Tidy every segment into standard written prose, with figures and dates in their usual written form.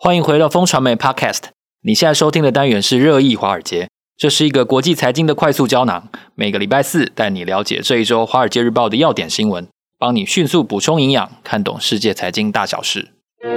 欢迎回到风传媒 Podcast。你现在收听的单元是热议华尔街，这是一个国际财经的快速胶囊，每个礼拜四带你了解这一周华尔街日报的要点新闻，帮你迅速补充营养，看懂世界财经大小事。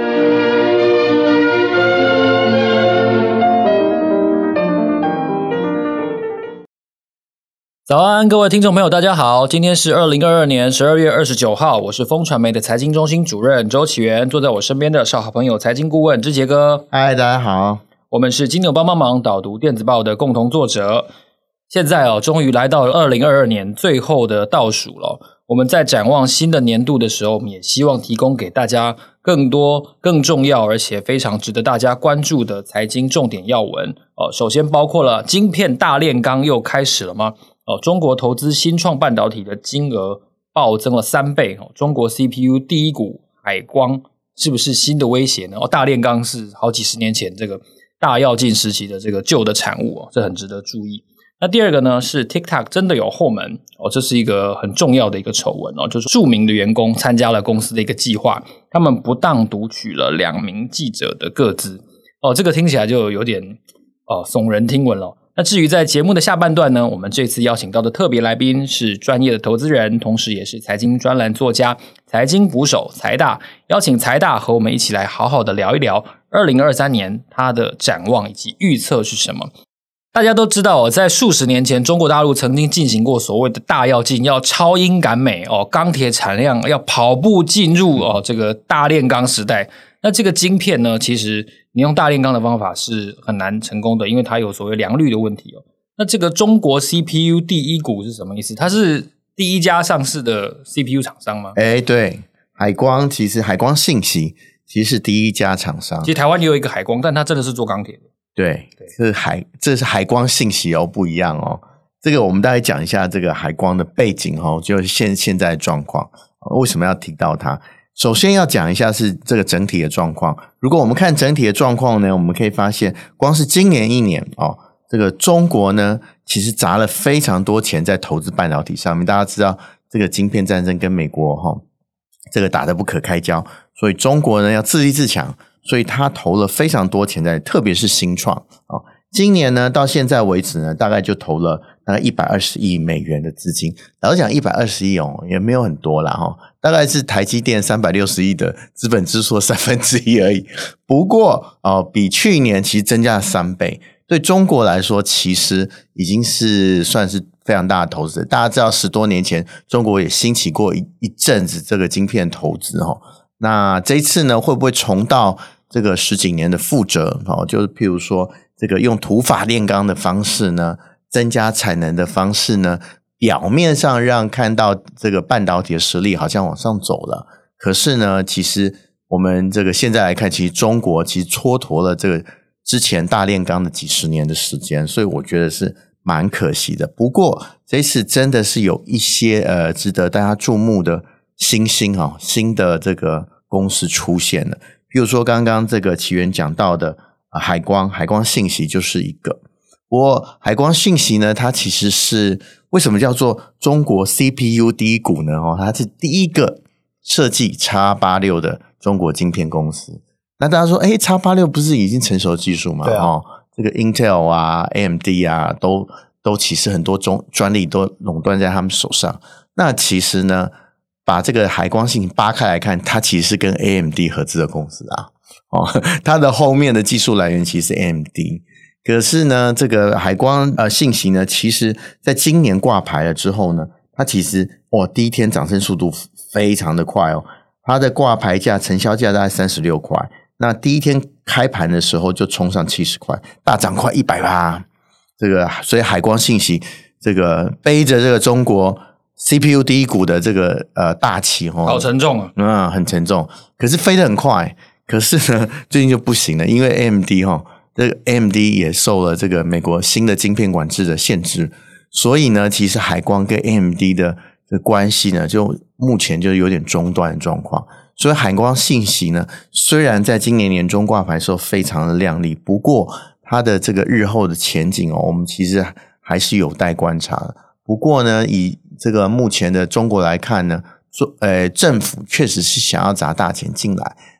早安，各位听众朋友，大家好，今天是2022年12月29号，我是风传媒的财经中心主任周启源，坐在我身边的是好朋友财经顾问之杰哥。 嗨，大家好。 我们是金牛帮帮忙导读电子报的共同作者。现在终于来到了2022年最后的倒数了。我们在展望新的年度的时候，我们也希望提供给大家更多、更重要而且非常值得大家关注的财经重点要闻。首先包括了晶片大炼钢又开始了吗？中国投资新创半导体的金额暴增了3倍。中国 CPU 第一股海光是不是新的威胁呢？大炼钢是好几十年前这个大跃进时期的这个旧的产物，这很值得注意。那第二个呢是 TikTok 真的有后门，这是一个很重要的一个丑闻，就是著名的员工参加了公司的一个计划，他们不当读取了2名记者的个资。这个听起来就有点耸人听闻了。那至于在节目的下半段呢，我们这次邀请到的特别来宾是专业的投资人，同时也是财经专栏作家、财经捕手财大，邀请财大和我们一起来好好的聊一聊2023年他的展望以及预测是什么。大家都知道在数十年前中国大陆曾经进行过所谓的大跃进，要超英赶美，钢铁产量要跑步进入这个大炼钢时代。那这个晶片呢，其实你用大炼钢的方法是很难成功的，因为它有所谓良率的问题。那这个中国 CPU 第一股是什么意思？它是第一家上市的 CPU 厂商吗？ 对，海光其实海光信息其实是第一家厂商。 其实台湾也有一个海光，但它真的是做钢铁的。 对，这是海光信息不一样这个我们大概讲一下这个海光的背景就是现在的状况。为什么要提到它？首先要讲一下是这个整体的状况。如果我们看整体的状况呢，我们可以发现光是今年1年这个中国呢其实砸了非常多钱在投资半导体上面。大家知道这个晶片战争跟美国这个打得不可开交，所以中国呢要自立自强，所以他投了非常多钱在特别是新创今年呢到现在为止呢大概就投了大概120亿美元的资金。老实讲120亿也没有很多啦大概是台积电360亿的资本支出1/3而已。不过比去年其实增加了3倍。对中国来说其实已经是算是非常大的投资。大家知道10多年前中国也兴起过一阵子这个晶片投资那这一次呢会不会重蹈这个10几年的覆辙就是譬如说这个用土法炼钢的方式呢，增加产能的方式呢，表面上让看到这个半导体的实力好像往上走了，可是呢其实我们这个现在来看，其实中国其实蹉跎了这个之前大炼钢的几十年的时间，所以我觉得是蛮可惜的。不过这次真的是有一些值得大家注目的新的这个公司出现了。比如说刚刚这个启源讲到的海光信息就是一个。不过海光信息呢它其实是为什么叫做中国 CPU 第一股呢它是第一个设计 X86 的中国晶片公司。那大家说X86 不是已经成熟技术吗？ 对啊这个 Intel 啊 AMD 啊都其实很多专利都垄断在他们手上。那其实呢把这个海光信息扒开来看，它其实是跟 AMD 合资的公司它的后面的技术来源其实是 AMD。 可是呢这个海光信息呢其实在今年挂牌了之后呢，它其实第一天涨升速度非常的快它的挂牌价成交价大概36块，那第一天开盘的时候就冲上70块，大涨快100%。这个所以海光信息这个背着这个中国 CPU 第一股的这个大旗好沉重很沉重，可是飞得很快。可是呢最近就不行了，因为 AMD 这个 AMD 也受了这个美国新的晶片管制的限制，所以呢其实海光跟 AMD 的关系呢就目前就有点中断的状况。所以海光信息呢虽然在今年年中挂牌的时候非常的亮丽，不过它的这个日后的前景我们其实还是有待观察的。不过呢以这个目前的中国来看呢政府确实是想要砸大钱进来，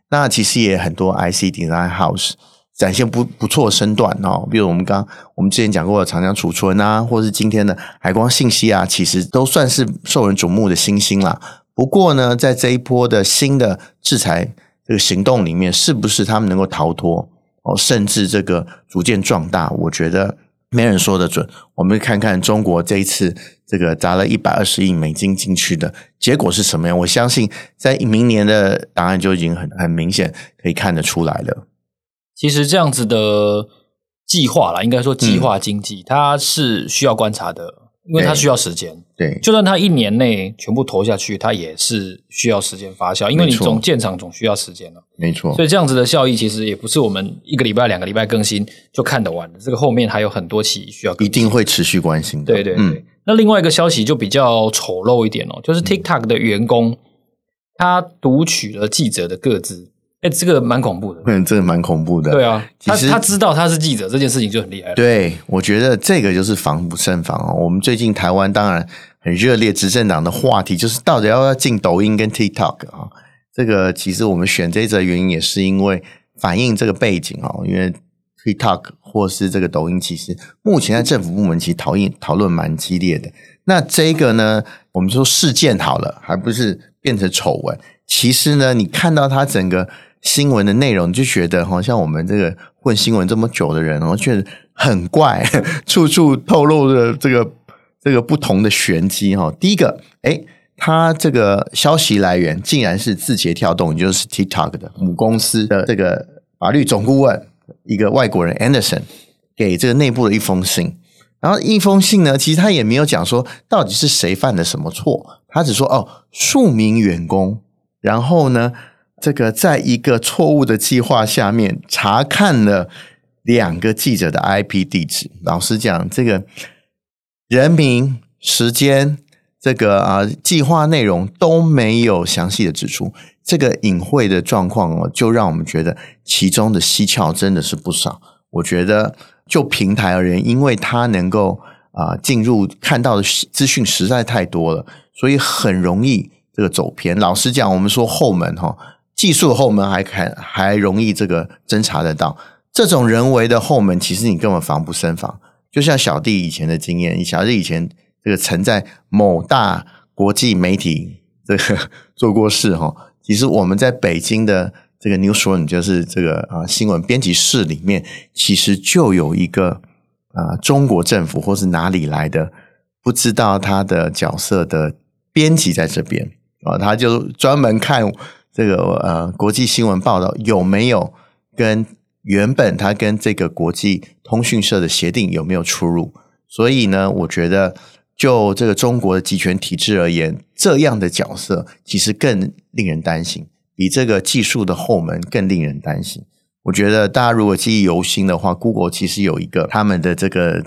那其实也很多 IC Design House 展现不错的身段哦，比如我们之前讲过的长江储存啊，或是今天的海光信息啊，其实都算是受人瞩目的新星啦。不过呢，在这一波的新的制裁这个行动里面，是不是他们能够逃脱甚至这个逐渐壮大，我觉得没人说得准。我们看看中国这一次这个砸了120亿美金进去的结果是什么样，我相信在明年的答案就已经很明显可以看得出来了。 其实这样子的计划啦，应该说计划经济，它是需要观察的，因为它需要时间。 对， 就算它1年内全部投下去，它也是需要时间发酵，因为你建厂总需要时间了。 没错， 所以这样子的效益其实也不是我们1个礼拜、2个礼拜更新就看得完的，这个后面还有很多期需要更新， 一定会持续关心的。 对对对。那另外一个消息就比较丑陋一点就是 TikTok 的员工他读取了记者的个资。这个蛮恐怖的。 这个蛮恐怖的。 对啊，他知道他是记者这件事情就很厉害了。 对，我觉得这个就是防不胜防我们最近台湾当然很热烈执政党的话题就是到底要不要进抖音跟 TikTok 这个其实我们选这一则原因也是因为反映这个背景因为 TikTok 或是这个抖音其实目前在政府部门其实讨论蛮激烈的。那这个呢，我们说事件好了，还不是变成丑闻。其实呢，你看到它整个新闻的内容，你就觉得像我们这个混新闻这么久的人觉得很怪，处处透露着这个不同的玄机第一个，它这个消息来源竟然是字节跳动，也就是 TikTok 的母公司的这个法律总顾问，一个外国人 Anderson 给这个内部的一封信。然后一封信呢，其实他也没有讲说到底是谁犯了什么错，他只说数名员工，然后呢这个在一个错误的计划下面查看了2个记者的 IP 地址。老实讲，这个人名、时间、这个计划内容都没有详细的指出，这个隐晦的状况就让我们觉得其中的蹊跷真的是不少。我觉得就平台而言，因为它能够进入看到的资讯实在太多了，所以很容易这个走偏。老实讲，我们说后门技术的后门还容易这个侦查得到，这种人为的后门其实你根本防不胜防。就像小弟以前的经验，小弟以前这个曾在某大国际媒体这个做过事其实我们在北京的这个 newsroom 就是这个新闻编辑室里面，其实就有一个中国政府或是哪里来的不知道他的角色的编辑在这边他就专门看这个国际新闻报道有没有跟原本他跟这个国际通讯社的协定有没有出入。所以呢，我觉得就这个中国的集权体制而言，这样的角色其实更令人担心，比这个技术的后门更令人担心。我觉得大家如果记忆犹新的话， Google 其实有一个他们的这个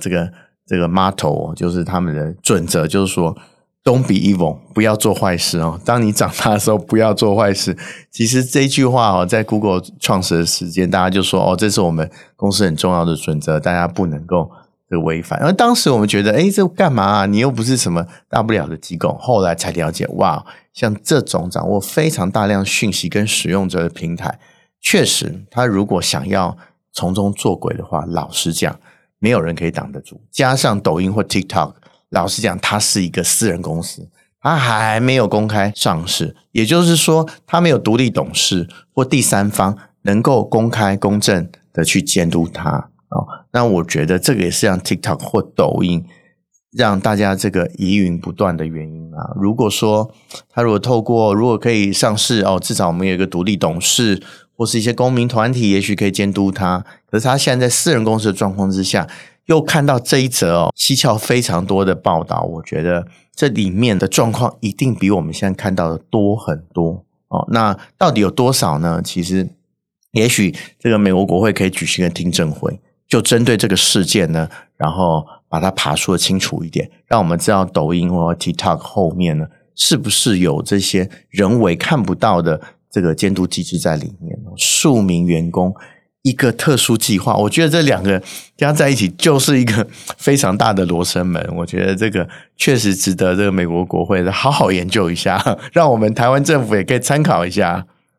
motto 就是他们的准则，就是说 Don't be evil， 不要做坏事当你长大的时候不要做坏事。其实这句话在 Google 创始的时间大家就说这是我们公司很重要的准则，大家不能够违反。而当时我们觉得这干嘛你又不是什么大不了的机构。后来才了解，哇，像这种掌握非常大量讯息跟使用者的平台，确实他如果想要从中作鬼的话，老实讲没有人可以挡得住。加上抖音或 TikTok， 老实讲它是一个私人公司，它还没有公开上市，也就是说它没有独立董事或第三方能够公开公正的去监督它那我觉得这个也是让 TikTok 或抖音让大家这个疑云不断的原因如果说它如果可以上市至少我们有一个独立董事或是一些公民团体也许可以监督它。可是它现在在私人公司的状况之下，又看到这一则蹊跷非常多的报道，我觉得这里面的状况一定比我们现在看到的多很多那到底有多少呢？其实也许这个美国国会可以举行个听证会，就针对这个事件呢，然后把它爬梳的清楚一点，让我们知道抖音或 TikTok 后面呢是不是有这些人为看不到的这个监督机制在里面。数名员工，一个特殊计划，我觉得这2个加在一起就是一个非常大的罗生门。我觉得这个确实值得这个美国国会好好研究一下，让我们台湾政府也可以参考一下。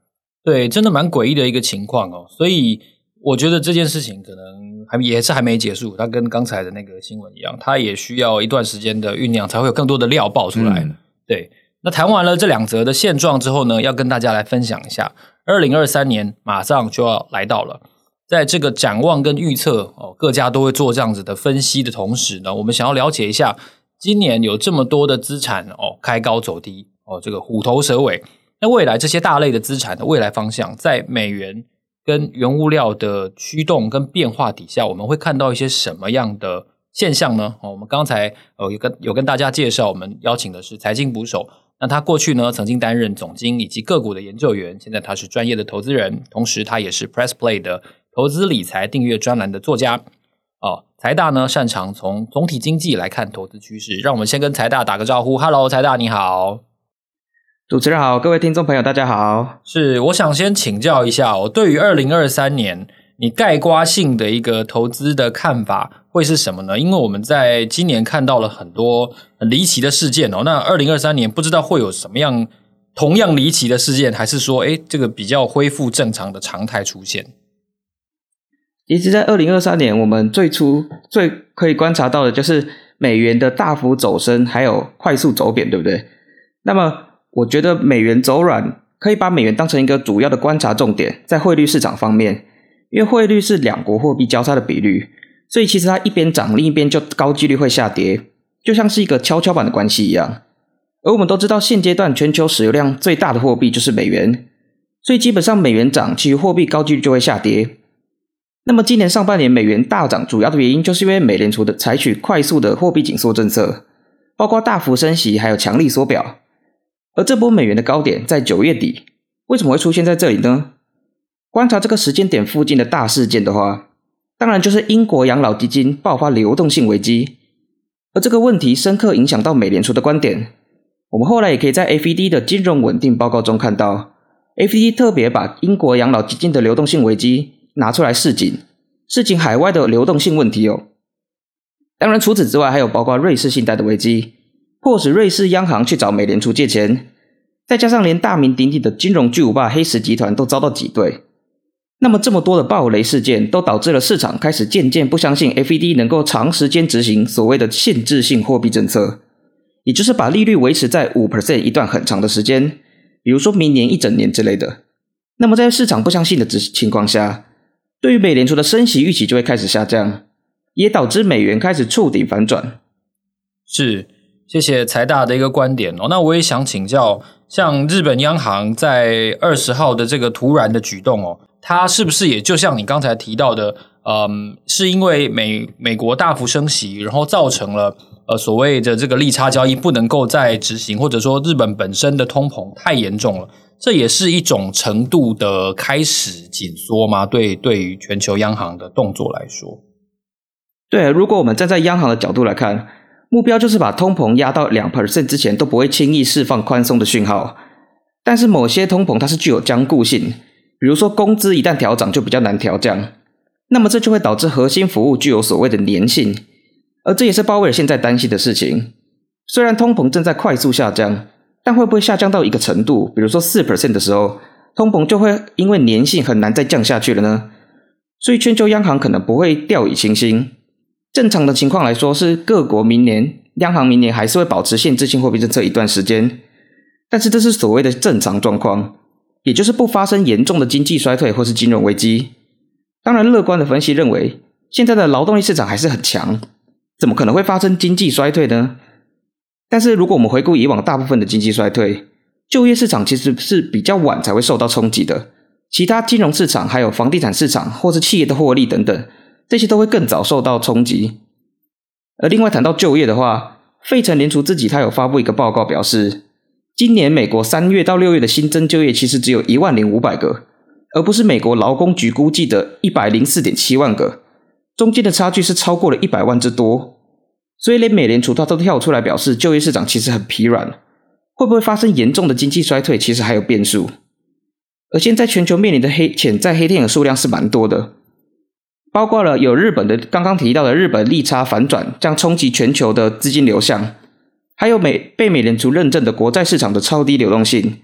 对，真的蛮诡异的一个情况哦。所以我觉得这件事情可能也是还没结束，它跟刚才的那个新闻一样，它也需要一段时间的酝酿，才会有更多的料爆出来。对，那谈完了这2则的现状之后呢，要跟大家来分享一下2023年马上就要来到了。在这个展望跟预测各家都会做这样子的分析的同时呢，我们想要了解一下今年有这么多的资产开高走低这个虎头蛇尾，那未来这些大类的资产的未来方向，在美元跟原物料的驱动跟变化底下，我们会看到一些什么样的现象呢？我们刚才有跟大家介绍，我们邀请的是财经捕手，那他过去呢曾经担任总经以及个股的研究员，现在他是专业的投资人，同时他也是 Press Play 的投资理财订阅专栏的作家。财大呢擅长从总体经济来看投资趋势，让我们先跟财大打个招呼。 Hello 财大你好。 主持人好，各位听众朋友大家好。 是，我想先请教一下对于2023年你概括性的一个投资的看法会是什么呢？因为我们在今年看到了很多很离奇的事件那2023年不知道会有什么样同样离奇的事件，还是说这个比较恢复正常的常态出现？ 其实在2023年我们最可以观察到的就是美元的大幅走升还有快速走贬，对不对？那么我觉得美元走软可以把美元当成一个主要的观察重点，在汇率市场方面，因为汇率是两国货币交叉的比率，所以其实它一边涨另一边就高几率会下跌，就像是一个跷跷板的关系一样。而我们都知道现阶段全球使用量最大的货币就是美元，所以基本上美元涨，其余货币高几率就会下跌。那么今年上半年美元大涨主要的原因就是因为美联储的采取快速的货币紧缩政策，包括大幅升息还有强力缩表。而这波美元的高点在9月底，为什么会出现在这里呢？观察这个时间点附近的大事件的话，当然就是英国养老基金爆发流动性危机，而这个问题深刻影响到美联储的观点。我们后来也可以在 FED 的金融稳定报告中看到， FED 特别把英国养老基金的流动性危机拿出来示警海外的流动性问题当然除此之外还有包括瑞士信贷的危机，迫使瑞士央行去找美联储借钱，再加上连大名鼎鼎的金融巨无霸黑石集团都遭到挤兑。那么这么多的暴雷事件都导致了市场开始渐渐不相信 FED 能够长时间执行所谓的限制性货币政策，也就是把利率维持在 5% 一段很长的时间，比如说明年1整年之类的。那么在市场不相信的情况下，对于美联储的升息预期就会开始下降，也导致美元开始触底反转。 是，谢谢财大的一个观点那我也想请教，像日本央行在20号的这个突然的举动它是不是也就像你刚才提到的是因为美国大幅升息，然后造成了所谓的这个利差交易不能够再执行，或者说日本本身的通膨太严重了，这也是一种程度的开始紧缩吗？对于全球央行的动作来说。 对，如果我们站在央行的角度来看，目标就是把通膨压到 2% 之前都不会轻易释放宽松的讯号。但是某些通膨它是具有僵固性，比如说工资一旦调涨就比较难调降，那么这就会导致核心服务具有所谓的粘性，而这也是鲍威尔现在担心的事情。虽然通膨正在快速下降，但会不会下降到一个程度，比如说 4% 的时候，通膨就会因为粘性很难再降下去了呢？所以全球央行可能不会掉以轻心。正常的情况来说，是各国央行明年还是会保持限制性货币政策一段时间，但是这是所谓的正常状况，也就是不发生严重的经济衰退或是金融危机。当然乐观的分析认为，现在的劳动力市场还是很强，怎么可能会发生经济衰退呢？但是如果我们回顾以往大部分的经济衰退，就业市场其实是比较晚才会受到冲击的，其他金融市场还有房地产市场或是企业的获利等等，这些都会更早受到冲击。而另外谈到就业的话，费城联储自己他有发布一个报告表示，今年美国3月到6月的新增就业其实只有10500个，而不是美国劳工局估计的 104.7 万个，中间的差距是超过了100万之多。所以连美联储他都跳出来表示就业市场其实很疲软，会不会发生严重的经济衰退其实还有变数。而现在全球面临的潜在黑天鹅数量是蛮多的，包括了有日本的刚刚提到的日本利差反转将冲击全球的资金流向，还有被美联储认证的国债市场的超低流动性，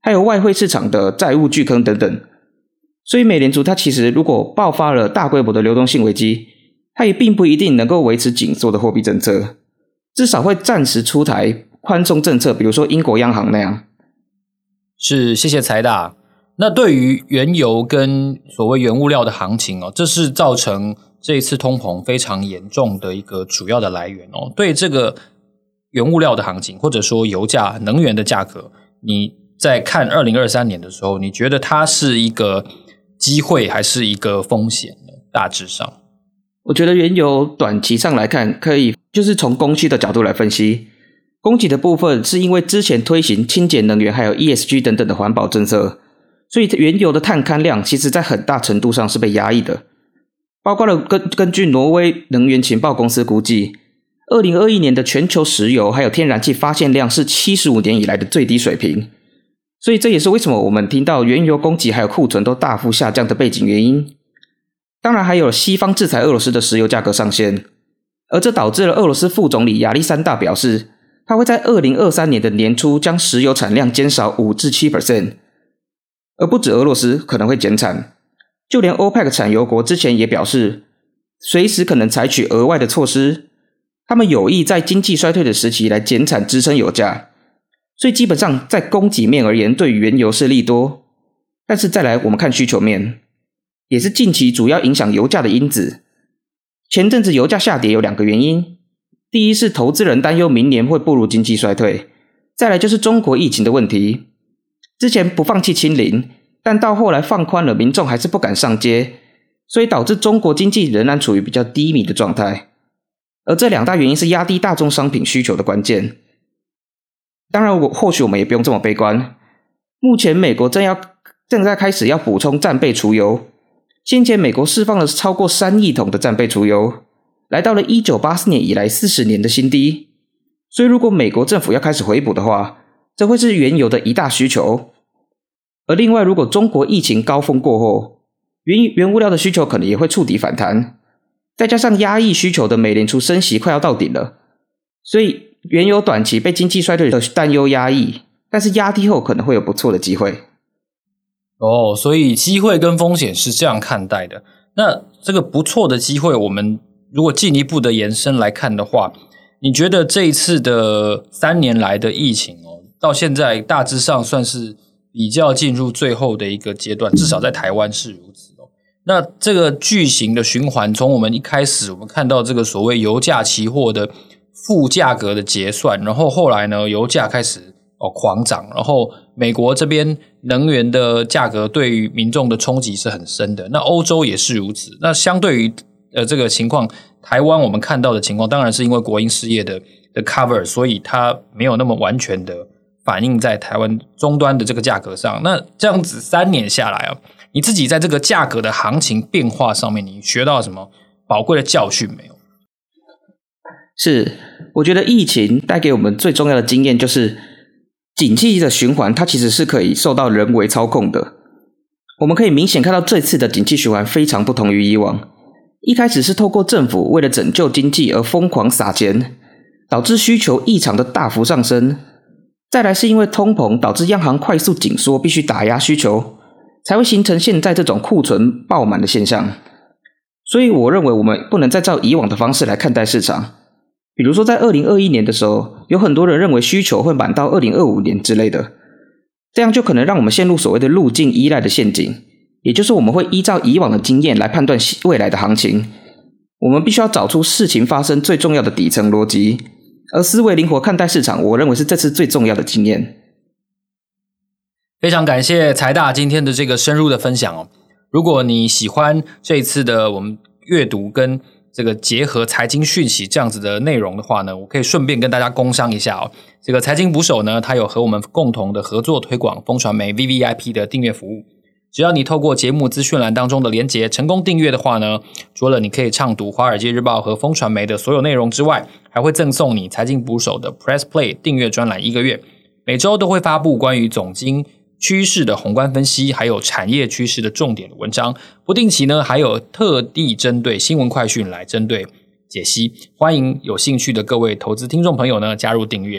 还有外汇市场的债务巨坑等等。所以美联储它其实如果爆发了大规模的流动性危机，它也并不一定能够维持紧缩的货币政策，至少会暂时出台宽松政策，比如说英国央行那样。 是，谢谢财大。那对于原油跟所谓原物料的行情这是造成这一次通膨非常严重的一个主要的来源对这个原物料的行情，或者说油价、能源的价格，你在看2023年的时候，你觉得它是一个机会还是一个风险呢？大致上， 我觉得原油短期上来看，可以就是从供需的角度来分析。供给的部分是因为之前推行清洁能源还有 ESG 等等的环保政策，所以原油的探勘量其实在很大程度上是被压抑的。包括了根据挪威能源情报公司估计，2021年的全球石油还有天然气发现量是75年以来的最低水平，所以这也是为什么我们听到原油供给还有库存都大幅下降的背景原因。当然还有西方制裁俄罗斯的石油价格上限，而这导致了俄罗斯副总理亚历山大表示，他会在2023年的年初将石油产量减少 5-7%， 而不止俄罗斯可能会减产，就连 OPEC 产油国之前也表示，随时可能采取额外的措施，他们有意在经济衰退的时期来减产支撑油价。所以基本上在供给面而言，对于原油是利多。但是再来我们看需求面，也是近期主要影响油价的因子。前阵子油价下跌有2个原因，第一是投资人担忧明年会步入经济衰退，再来就是中国疫情的问题。之前不放弃清零，但到后来放宽了，民众还是不敢上街，所以导致中国经济仍然处于比较低迷的状态。而这2大原因是压低大宗商品需求的关键。当然或许我们也不用这么悲观，目前美国正在开始要补充战备储油，先前美国释放了超过3亿桶的战备储油，来到了1984年以来40年的新低。所以如果美国政府要开始回补的话，这会是原油的一大需求。而另外如果中国疫情高峰过后，原物料的需求可能也会触底反弹，再加上压抑需求的美联储升息快要到顶了，所以原油短期被经济衰退的担忧压抑，但是压低后可能会有不错的机会。 所以机会跟风险是这样看待的。那这个不错的机会，我们如果进一步的延伸来看的话，你觉得这一次的3年来的疫情到现在大致上算是比较进入最后的一个阶段，至少在台湾是如此那这个巨型的循环，从我们一开始我们看到这个所谓油价期货的负价格的结算，然后后来呢油价开始狂涨，然后美国这边能源的价格对于民众的冲击是很深的，那欧洲也是如此。那相对于这个情况，台湾我们看到的情况当然是因为国营事业的 cover， 所以它没有那么完全的反映在台湾终端的这个价格上。那这样子3年下来你自己在这个价格的行情变化上面，你学到什么宝贵的教训没有？ 是，我觉得疫情带给我们最重要的经验就是景气的循环它其实是可以受到人为操控的。我们可以明显看到这次的景气循环非常不同于以往，一开始是透过政府为了拯救经济而疯狂撒钱，导致需求异常的大幅上升，再来是因为通膨导致央行快速紧缩，必须打压需求，才会形成现在这种库存爆满的现象。所以我认为我们不能再照以往的方式来看待市场。比如说在2021年的时候，有很多人认为需求会满到2025年之类的，这样就可能让我们陷入所谓的路径依赖的陷阱，也就是我们会依照以往的经验来判断未来的行情。我们必须要找出事情发生最重要的底层逻辑，而思维灵活看待市场，我认为是这次最重要的经验。 非常感谢财大今天的这个深入的分享如果你喜欢这一次的我们阅读跟这个结合财经讯息这样子的内容的话呢，我可以顺便跟大家工商一下这个财经捕手呢，它有和我们共同的合作推广风传媒 VVIP 的订阅服务。只要你透过节目资讯栏当中的连结成功订阅的话呢，除了你可以畅读华尔街日报和风传媒的所有内容之外，还会赠送你财经捕手的 Press Play 订阅专栏1个月，每周都会发布关于总经趋势的宏观分析，还有产业趋势的重点的文章，不定期呢还有特地针对新闻快讯来针对解析，欢迎有兴趣的各位投资听众朋友呢加入订阅。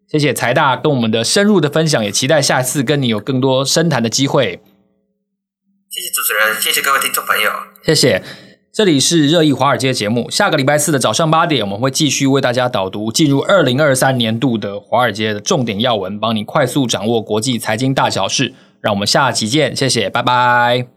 谢谢财大跟我们的深入的分享，也期待下次跟你有更多深谈的机会。 谢谢主持人，谢谢各位听众朋友， 谢谢。这里是热议华尔街节目，下个礼拜四的早上8点，我们会继续为大家导读进入2023年度的华尔街的重点要闻，帮你快速掌握国际财经大小事。让我们下期见，谢谢，拜拜。